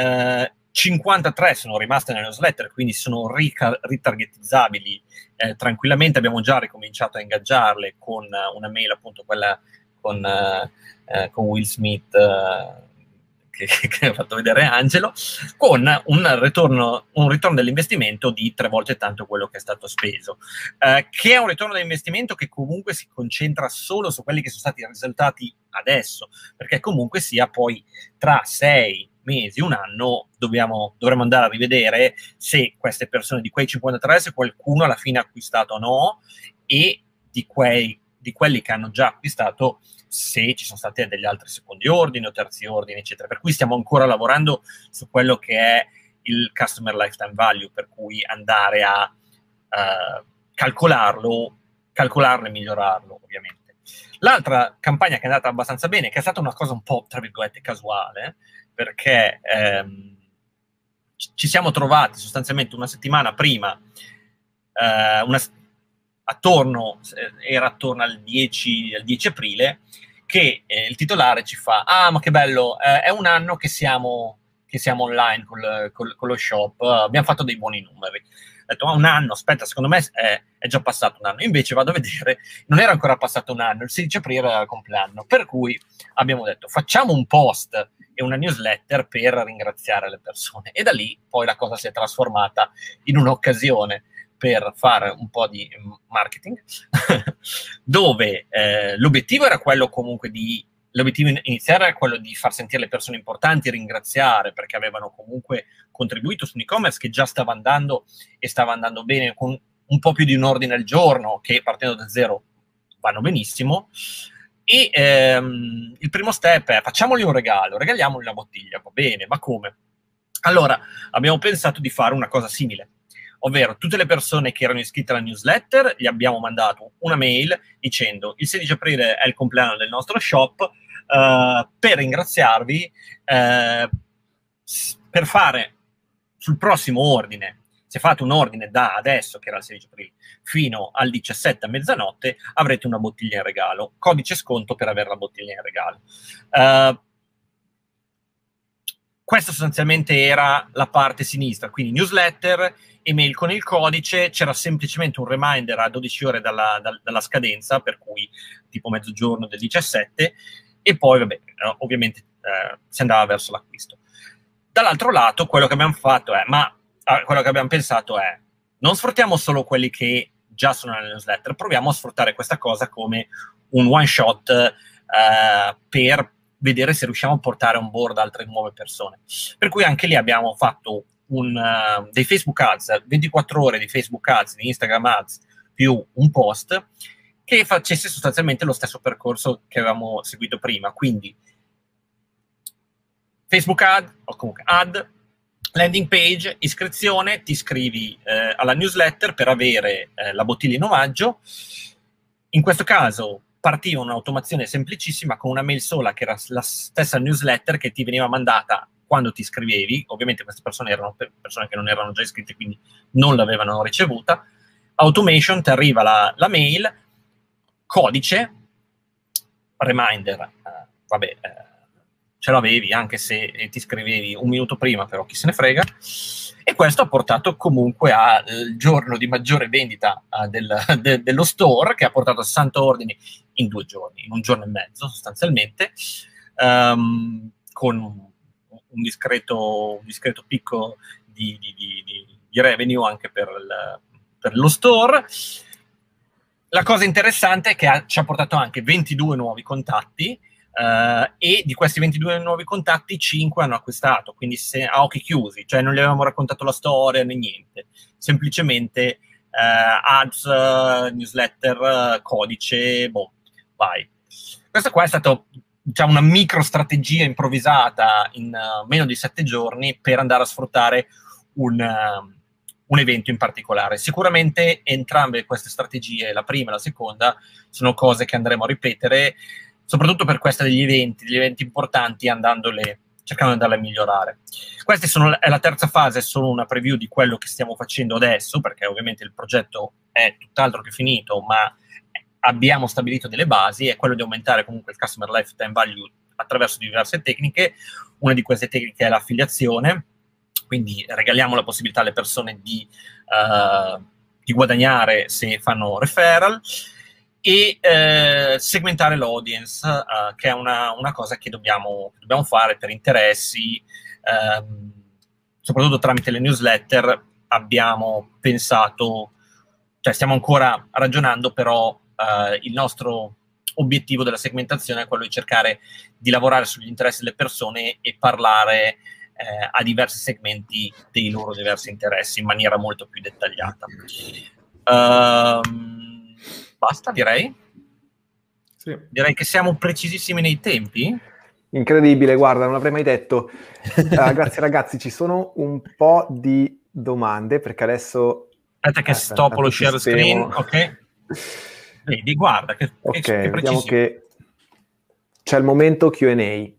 53 sono rimaste nella newsletter, quindi sono ritargetizzabili tranquillamente. Abbiamo già ricominciato a ingaggiarle con una mail, appunto quella con Will Smith che ha fatto vedere Angelo, con un ritorno dell'investimento di 3 volte tanto quello che è stato speso, che è un ritorno dell'investimento che comunque si concentra solo su quelli che sono stati i risultati adesso, perché comunque sia poi tra 6 mesi, un anno, dovremo andare a rivedere se queste persone, di quei 53, se qualcuno alla fine ha acquistato o no, e di quelli che hanno già acquistato, se ci sono stati degli altri secondi ordini o terzi ordini, eccetera. Per cui stiamo ancora lavorando su quello che è il Customer Lifetime Value, per cui andare a calcolarlo e migliorarlo, ovviamente. L'altra campagna che è andata abbastanza bene, che è stata una cosa un po', tra virgolette, casuale, perché ci siamo trovati sostanzialmente una settimana prima, era attorno al 10 aprile, che il titolare ci fa: ah, ma che bello, è un anno che siamo online con lo shop, abbiamo fatto dei buoni numeri. Ho detto: ma un anno, aspetta, secondo me è già passato un anno. Invece vado a vedere, non era ancora passato un anno, il 16 aprile era il compleanno, per cui abbiamo detto: facciamo un post e una newsletter per ringraziare le persone. E da lì poi la cosa si è trasformata in un'occasione per fare un po' di marketing, dove l'obiettivo era quello comunque l'obiettivo iniziale era quello di far sentire le persone importanti, ringraziare, perché avevano comunque contribuito su un e-commerce che già stava andando e stava andando bene, con un po' più di un ordine al giorno, che partendo da zero vanno benissimo. E il primo step è: facciamogli un regalo, regaliamogli una bottiglia. Va bene, ma come? Allora, abbiamo pensato di fare una cosa simile, ovvero tutte le persone che erano iscritte alla newsletter gli abbiamo mandato una mail dicendo: il 16 aprile è il compleanno del nostro shop, per ringraziarvi, per fare sul prossimo ordine, se fate un ordine da adesso, che era il 16 aprile, fino al 17 a mezzanotte, avrete una bottiglia in regalo, codice sconto per avere la bottiglia in regalo. Questa sostanzialmente era la parte sinistra, quindi newsletter, email con il codice, c'era semplicemente un reminder a 12 ore dalla scadenza, per cui tipo mezzogiorno del 17, e poi vabbè, ovviamente si andava verso l'acquisto. Dall'altro lato, quello che abbiamo pensato è: non sfruttiamo solo quelli che già sono nella newsletter, proviamo a sfruttare questa cosa come un one shot per vedere se riusciamo a portare on board altre nuove persone. Per cui anche lì abbiamo fatto dei Facebook Ads, 24 ore di Facebook Ads, di Instagram Ads, più un post che facesse sostanzialmente lo stesso percorso che avevamo seguito prima. Quindi Facebook Ad, o comunque Ad, landing page, iscrizione, ti iscrivi alla newsletter per avere la bottiglia in omaggio. In questo caso partiva un'automazione semplicissima con una mail sola, che era la stessa newsletter che ti veniva mandata quando ti iscrivevi. Ovviamente queste persone erano persone che non erano già iscritte, quindi non l'avevano ricevuta. Automation, ti arriva la mail, codice, reminder, ce l'avevi anche se ti iscrivevi un minuto prima, però chi se ne frega. E questo ha portato comunque al giorno di maggiore vendita dello store, che ha portato 60 ordini in 2 giorni, in un giorno e mezzo sostanzialmente, con un discreto picco di revenue anche per lo store. La cosa interessante è che ci ha portato anche 22 nuovi contatti, e di questi 22 nuovi contatti 5 hanno acquistato, quindi a occhi chiusi, cioè non gli avevamo raccontato la storia né niente, semplicemente ads, newsletter, codice, vai. Questo qua è stato diciamo, una micro strategia improvvisata in meno di 7 giorni per andare a sfruttare un evento in particolare. Sicuramente entrambe queste strategie, la prima e la seconda, sono cose che andremo a ripetere, soprattutto per questa degli eventi importanti, cercando di andarle a migliorare. Questa è la terza fase, è solo una preview di quello che stiamo facendo adesso, perché ovviamente il progetto è tutt'altro che finito, ma abbiamo stabilito delle basi, è quello di aumentare comunque il customer lifetime value attraverso diverse tecniche. Una di queste tecniche è l'affiliazione, quindi regaliamo la possibilità alle persone di guadagnare se fanno referral, e segmentare l'audience, che è una cosa che dobbiamo fare per interessi, soprattutto tramite le newsletter. Abbiamo pensato, cioè stiamo ancora ragionando, però il nostro obiettivo della segmentazione è quello di cercare di lavorare sugli interessi delle persone e parlare a diversi segmenti dei loro diversi interessi in maniera molto più dettagliata. Basta, direi. Sì. Direi che siamo precisissimi nei tempi. Incredibile, guarda, non l'avrei mai detto. Grazie ragazzi, ci sono un po' di domande, perché adesso... Aspetta che stoppo lo share screen, ok? Vedi, guarda, che vediamo che c'è il momento Q&A.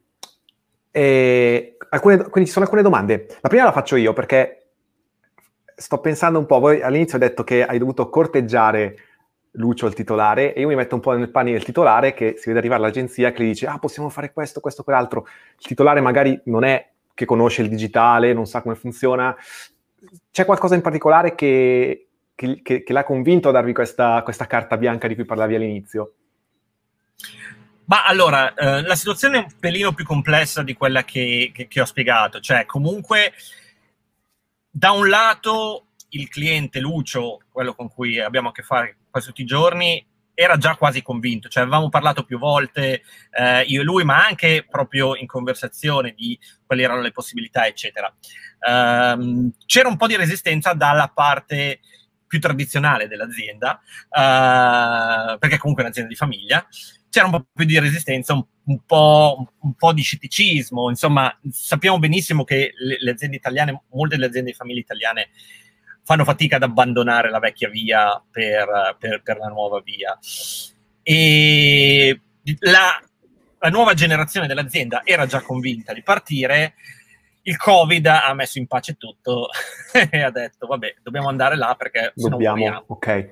Quindi ci sono alcune domande. La prima la faccio io, perché sto pensando un po'. Voi all'inizio hai detto che hai dovuto corteggiare Lucio, il titolare, e io mi metto un po' nel panni del titolare, che si vede arrivare l'agenzia che gli dice possiamo fare questo, quell'altro. Il titolare magari non è che conosce il digitale, non sa come funziona. C'è qualcosa in particolare che l'ha convinto a darvi questa carta bianca di cui parlavi all'inizio? Ma allora, la situazione è un pelino più complessa di quella che ho spiegato. Cioè, comunque, da un lato, il cliente Lucio, quello con cui abbiamo a che fare quasi tutti i giorni, era già quasi convinto. Cioè, avevamo parlato più volte, io e lui, ma anche proprio in conversazione di quali erano le possibilità, eccetera. C'era un po' di resistenza dalla parte più tradizionale dell'azienda, perché comunque è un'azienda di famiglia. C'era un po' più di resistenza, un po' di scetticismo. Insomma, sappiamo benissimo che le aziende italiane, molte delle aziende di famiglia italiane, fanno fatica ad abbandonare la vecchia via per la nuova via. E la nuova generazione dell'azienda era già convinta di partire. Il Covid ha messo in pace tutto e ha detto, vabbè, dobbiamo andare là perché se no moriamo.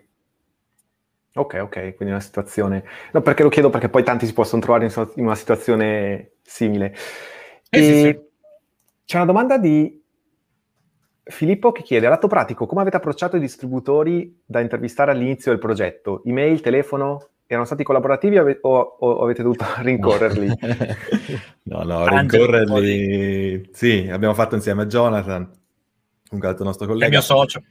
Ok, quindi una situazione... No, perché lo chiedo, perché poi tanti si possono trovare in una situazione simile. Sì. C'è una domanda di Filippo che chiede, a lato pratico, come avete approcciato i distributori da intervistare all'inizio del progetto? Email, telefono? Erano stati collaborativi o avete dovuto rincorrerli? No, rincorrerli... Sì, abbiamo fatto insieme a Jonathan, un altro nostro collega. Il mio socio.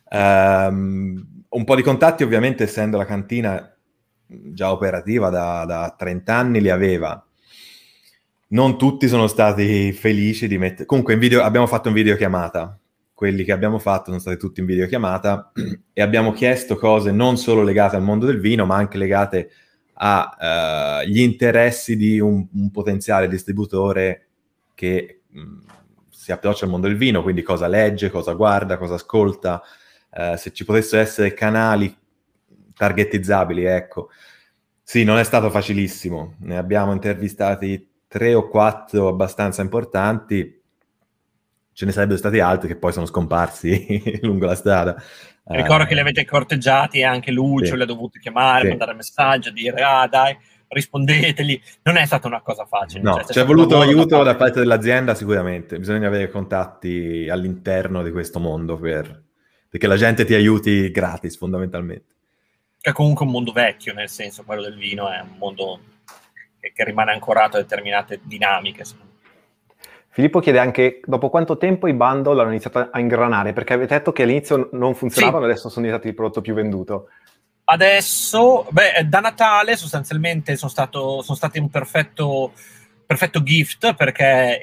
Un po' di contatti, ovviamente, essendo la cantina già operativa da 30 anni, li aveva. Non tutti sono stati felici di mettere... Comunque abbiamo fatto in videochiamata. Quelli che abbiamo fatto sono stati tutti in videochiamata e abbiamo chiesto cose non solo legate al mondo del vino, ma anche legate agli interessi di un potenziale distributore che si approccia al mondo del vino, quindi cosa legge, cosa guarda, cosa ascolta, se ci potessero essere canali targetizzabili, ecco. Sì, non è stato facilissimo, ne abbiamo intervistati 3 o 4 abbastanza importanti, ce ne sarebbero stati altri che poi sono scomparsi lungo la strada. Ricordo che li avete corteggiati e anche Lucio sì. li ha dovuti chiamare, mandare messaggio, dire dai, rispondetegli. Non è stata una cosa facile. No, cioè, c'è voluto aiuto da parte dell'azienda sicuramente. Bisogna avere contatti all'interno di questo mondo perché la gente ti aiuti gratis, fondamentalmente. È comunque un mondo vecchio, nel senso, quello del vino è un mondo che rimane ancorato a determinate dinamiche. Filippo chiede anche dopo quanto tempo i bundle hanno iniziato a ingranare, perché avete detto che all'inizio non funzionavano, sì. Adesso sono diventati il prodotto più venduto. Adesso, da Natale sostanzialmente sono stati un perfetto gift, perché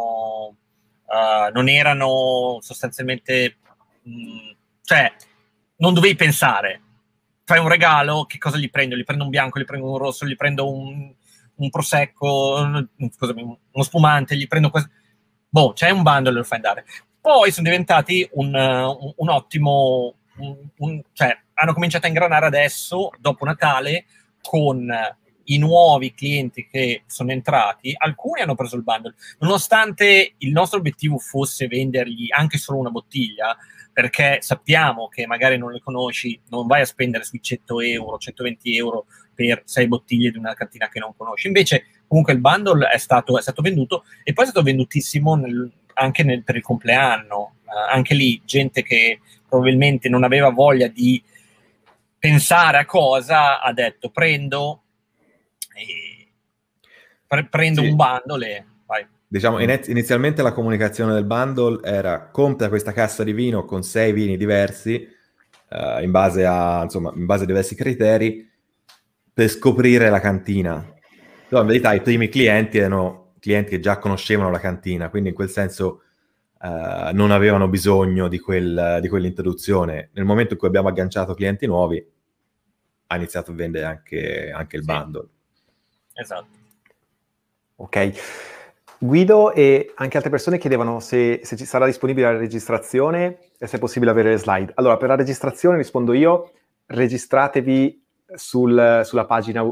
non erano sostanzialmente, cioè non dovevi pensare, fai un regalo, che cosa gli prendo? Gli prendo un bianco, gli prendo un rosso, gli prendo un un prosecco, scusami, uno spumante, gli prendo questo. Boh, c'è un bundle, lo fai andare. Poi sono diventati un ottimo... cioè, hanno cominciato a ingranare adesso, dopo Natale, con i nuovi clienti che sono entrati. Alcuni hanno preso il bundle, nonostante il nostro obiettivo fosse vendergli anche solo una bottiglia, perché sappiamo che magari non le conosci, non vai a spendere sui 100 euro, 120 euro per 6 bottiglie di una cantina che non conosci. Invece, comunque, il bundle è stato venduto, e poi è stato vendutissimo anche per il compleanno. Anche lì, gente che probabilmente non aveva voglia di pensare a cosa, ha detto prendo Sì. un bundle e vai. Diciamo, inizialmente la comunicazione del bundle era: compra questa cassa di vino con 6 vini diversi, in base a diversi criteri, per scoprire la cantina. Però in verità i primi clienti erano clienti che già conoscevano la cantina, quindi in quel senso non avevano bisogno di quell'introduzione. Nel momento in cui abbiamo agganciato clienti nuovi, ha iniziato a vendere anche il bundle. Esatto. Ok. Guido e anche altre persone chiedevano se ci sarà disponibile la registrazione e se è possibile avere le slide. Allora, per la registrazione rispondo io: registratevi sulla pagina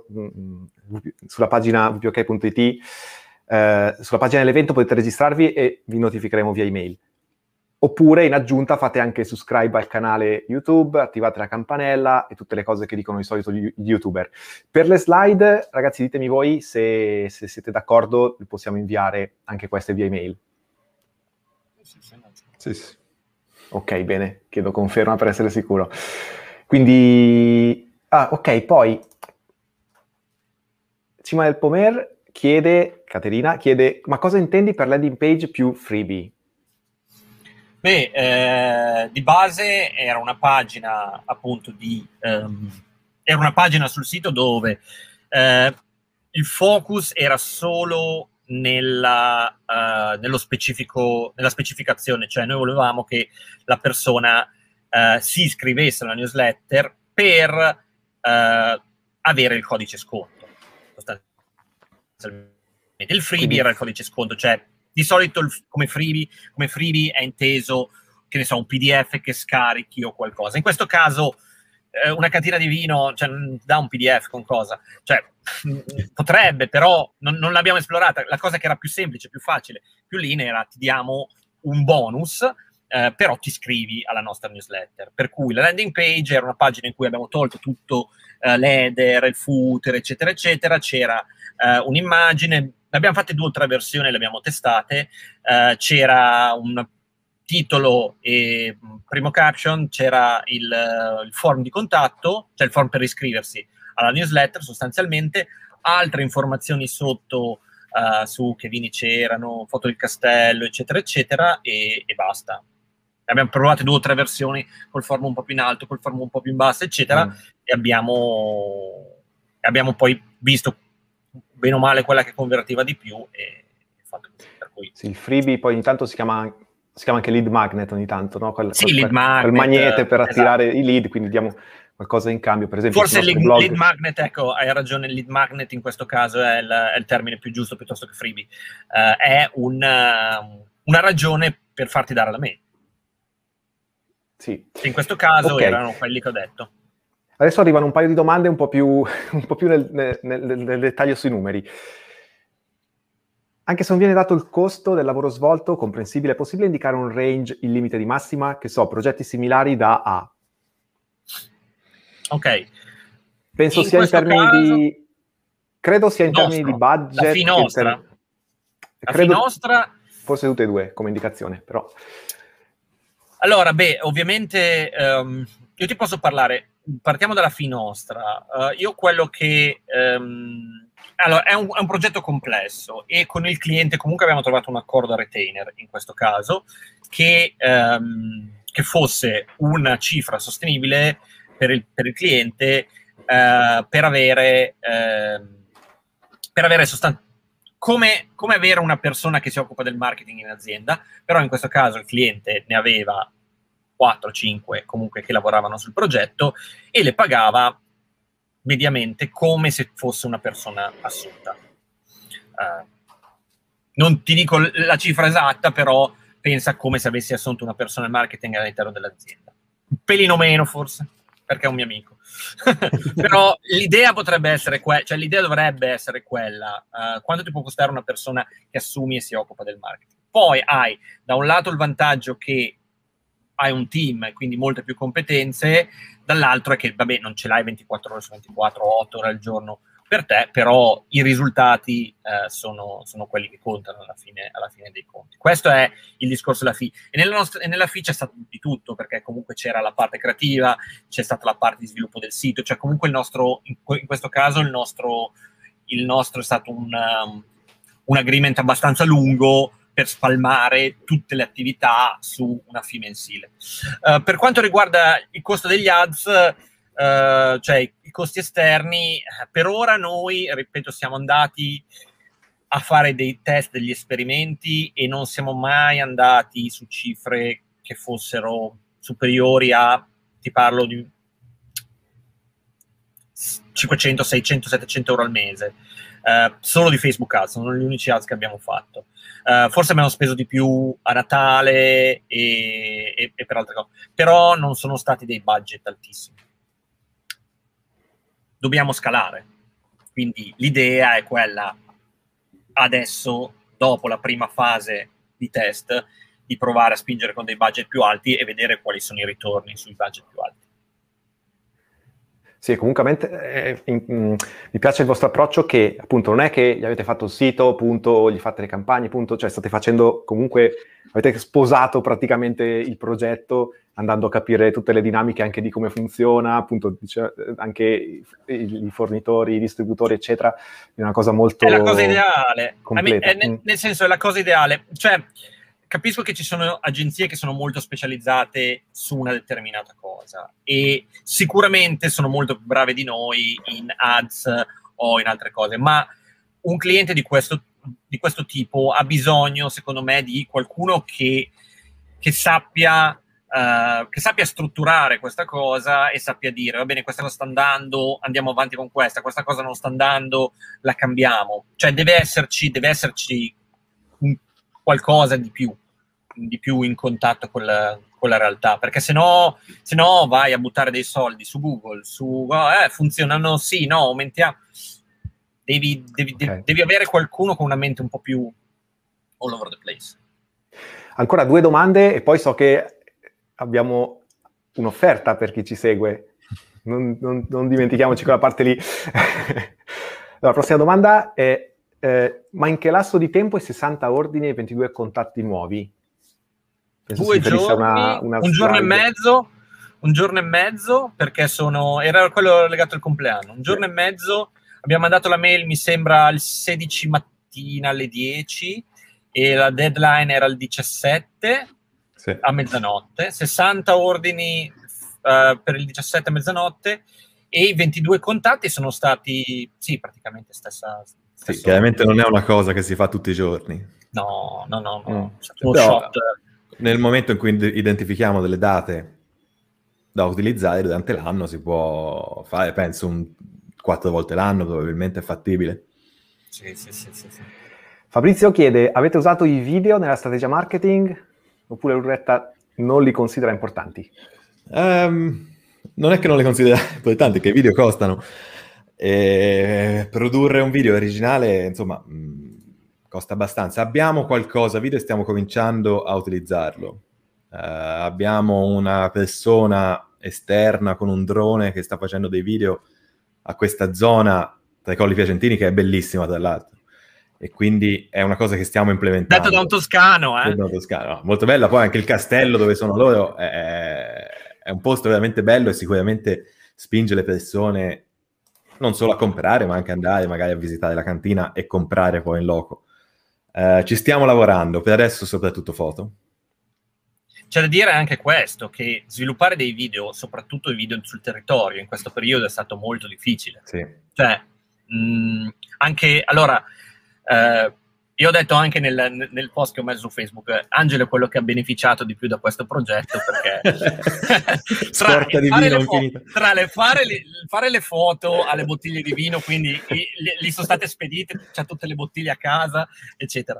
wpok.it, sulla pagina dell'evento potete registrarvi e vi notificheremo via email. Oppure in aggiunta fate anche subscribe al canale YouTube, attivate la campanella e tutte le cose che dicono di solito gli youtuber. Per le slide, ragazzi, ditemi voi se siete d'accordo, possiamo inviare anche queste via email. Sì. Ok, bene, chiedo conferma per essere sicuro. Quindi, ok, poi Cima del Pomer Caterina chiede, ma cosa intendi per landing page più freebie? Beh, di base era una pagina appunto era una pagina sul sito dove il focus era solo nello specifico, nella specificazione, cioè noi volevamo che la persona si iscrivesse alla newsletter per avere il codice sconto. Sostanzialmente il freebie era il codice sconto, cioè di solito come freebie è inteso, che ne so, un PDF che scarichi o qualcosa. In questo caso una cantina di vino, cioè, dà un PDF con cosa? Cioè, potrebbe, però non l'abbiamo esplorata. La cosa che era più semplice, più facile, più linea era: ti diamo un bonus, però ti iscrivi alla nostra newsletter. Per cui la landing page era una pagina in cui abbiamo tolto tutto l'header, il footer, eccetera, eccetera. C'era un'immagine, ne abbiamo fatte 2 o 3 versioni, le abbiamo testate, c'era un titolo e primo caption, c'era il form di contatto, cioè il form per iscriversi alla newsletter sostanzialmente, altre informazioni sotto su che vini c'erano, foto del castello, eccetera, eccetera, e basta. Abbiamo provato 2 o 3 versioni col form un po' più in alto, col form un po' più in basso, eccetera, e abbiamo poi visto bene o male quella che convertiva di più e fatto così. Per cui sì, il freebie poi ogni tanto si chiama anche lead magnet ogni tanto, no? Lead magnet, quel magnete per attirare esatto. i lead, quindi diamo qualcosa in cambio, per esempio. Forse lead magnet, ecco, hai ragione, lead magnet in questo caso è il termine più giusto piuttosto che freebie. È una ragione per farti dare la mail. Sì. In questo caso erano quelli che ho detto. Adesso arrivano un paio di domande un po' più nel dettaglio sui numeri. Anche se non viene dato il costo del lavoro svolto, comprensibile, è possibile indicare un range, il limite di massima? Che so, progetti similari da A. Ok. Penso sia in termini di... Credo sia in termini di budget. La finostra. Finostra... Forse tutte e 2 come indicazione, però... Allora, ovviamente io ti posso parlare, partiamo dalla finostra. Io quello che... allora, è un progetto complesso e con il cliente comunque abbiamo trovato un accordo a retainer, in questo caso, che fosse una cifra sostenibile per il cliente, per avere come avere una persona che si occupa del marketing in azienda, però in questo caso il cliente ne aveva 4-5 comunque che lavoravano sul progetto e le pagava mediamente come se fosse una persona assunta. Non ti dico la cifra esatta, però pensa come se avessi assunto una persona al marketing all'interno dell'azienda. Un pelino meno forse, perché è un mio amico. Però l'idea potrebbe essere cioè l'idea dovrebbe essere quella. Quanto ti può costare una persona che assumi e si occupa del marketing? Poi hai da un lato il vantaggio che hai un team e quindi molte più competenze, dall'altro è che vabbè non ce l'hai 24 ore su 24, 8 ore al giorno per te, però i risultati sono quelli che contano alla fine dei conti. Questo è il discorso della FI. E nella FI c'è stato di tutto, perché comunque c'era la parte creativa, c'è stata la parte di sviluppo del sito, cioè comunque in questo caso il nostro è stato un agreement abbastanza lungo per spalmare tutte le attività su una FI mensile. Per quanto riguarda il costo degli ads, cioè i costi esterni, per ora noi, ripeto, siamo andati a fare dei test, degli esperimenti, e non siamo mai andati su cifre che fossero superiori a, ti parlo di 500, 600, 700 euro al mese, solo di Facebook Ads, sono gli unici ads che abbiamo fatto. Forse abbiamo speso di più a Natale e per altre cose, però non sono stati dei budget altissimi. Dobbiamo scalare, quindi l'idea è quella adesso, dopo la prima fase di test, di provare a spingere con dei budget più alti e vedere quali sono i ritorni sui budget più alti. Sì, comunque mi piace il vostro approccio, che appunto non è che gli avete fatto il sito, appunto, gli fate le campagne, appunto, cioè state facendo comunque, avete sposato praticamente il progetto, andando a capire tutte le dinamiche anche di come funziona, appunto, anche i fornitori, i distributori, eccetera. È una cosa molto... È la cosa ideale. completa. Nel senso, è la cosa ideale. Cioè, capisco che ci sono agenzie che sono molto specializzate su una determinata cosa e sicuramente sono molto più brave di noi in ads o in altre cose, ma un cliente di questo tipo ha bisogno, secondo me, di qualcuno che sappia strutturare questa cosa e sappia dire, va bene, questa cosa sta andando, andiamo avanti con questa cosa non sta andando, la cambiamo. Cioè deve esserci qualcosa di più in contatto con la realtà, perché se no vai a buttare dei soldi su Google, funzionano, sì, no, aumentiamo. Devi avere qualcuno con una mente un po' più all over the place. Ancora 2 domande e poi so che abbiamo un'offerta per chi ci segue. Non dimentichiamoci quella parte lì. La prossima domanda è: ma in che lasso di tempo 60 ordini e 22 contatti nuovi? Penso 2 giorni, un giorno e mezzo, perché era quello legato al compleanno. Un giorno e mezzo, abbiamo mandato la mail, mi sembra, il 16 mattina alle 10 e la deadline era il 17 a mezzanotte. 60 ordini per il 17 a mezzanonotte e i 22 contatti sono stati, sì, praticamente stessa sì, chiaramente non è una cosa che si fa tutti i giorni. No. Però, Shot. Nel momento in cui identifichiamo delle date da utilizzare durante l'anno, si può fare, penso, 4 volte l'anno, probabilmente è fattibile. Sì. Fabrizio chiede: avete usato i video nella strategia marketing oppure Lurretta non li considera importanti? Non è che non li considera importanti, che i video costano. Produrre un video originale, insomma, costa abbastanza. Abbiamo qualcosa video e stiamo cominciando a utilizzarlo. Abbiamo una persona esterna con un drone che sta facendo dei video a questa zona tra i Colli Piacentini, che è bellissima tra l'altro, e quindi è una cosa che stiamo implementando. Detto da un toscano, No, molto bella. Poi anche il castello dove sono loro è un posto veramente bello e sicuramente spinge le persone non solo a comprare, ma anche andare magari a visitare la cantina e comprare poi in loco. Ci stiamo lavorando, per adesso soprattutto foto. C'è da dire anche questo, che sviluppare dei video, soprattutto i video sul territorio, in questo periodo è stato molto difficile. Sì. Cioè, anche, allora, Io ho detto anche nel post che ho messo su Facebook, Angelo è quello che ha beneficiato di più da questo progetto, perché Scorta di vino infinita. fare le foto alle bottiglie di vino, quindi gli sono state spedite, c'ha tutte le bottiglie a casa, eccetera.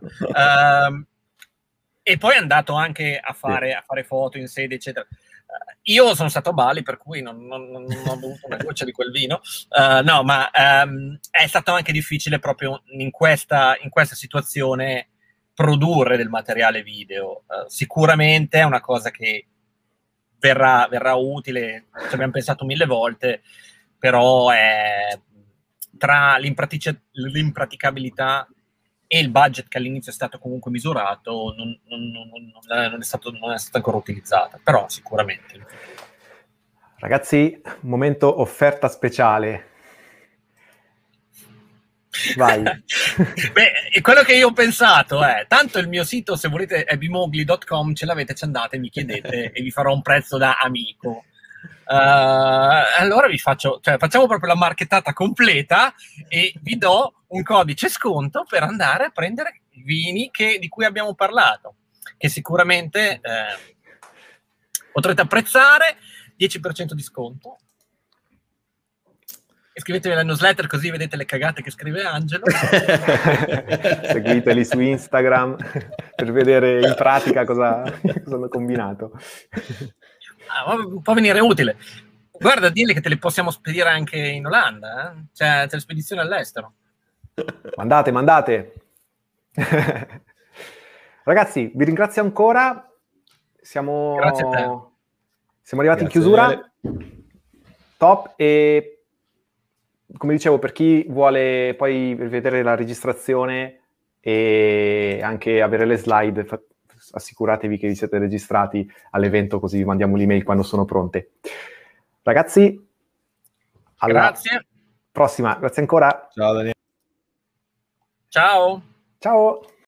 E poi è andato anche a fare foto in sede, eccetera. Io sono stato a Bali, per cui non ho bevuto una goccia di quel vino. No, ma è stato anche difficile proprio in questa situazione produrre del materiale video. Sicuramente è una cosa che verrà utile, ci abbiamo pensato 1000 volte, però tra l'impraticabilità e il budget che all'inizio è stato comunque misurato non è stato ancora utilizzato, però sicuramente. Ragazzi, momento offerta speciale. Vai. Beh, quello che io ho pensato è, tanto il mio sito, se volete, è bimogli.com, ce l'avete, ci andate, mi chiedete e vi farò un prezzo da amico. Allora facciamo proprio la marchettata completa e vi do un codice sconto per andare a prendere i vini di cui abbiamo parlato, che sicuramente potrete apprezzare. 10% di sconto. Iscrivetevi alla newsletter così vedete le cagate che scrive Angelo. Seguiteli su Instagram per vedere in pratica cosa hanno combinato. Può venire utile. Guarda, dille che te le possiamo spedire anche in Olanda, eh? C'è le spedizioni all'estero. Mandate. Ragazzi, vi ringrazio ancora. Grazie a te. Siamo arrivati in chiusura. Top. E come dicevo, per chi vuole poi vedere la registrazione e anche avere le slide, assicuratevi che vi siete registrati all'evento, così vi mandiamo l'email quando sono pronte. Ragazzi, alla prossima. Grazie ancora. Ciao Daniele. Ciao. Ciao.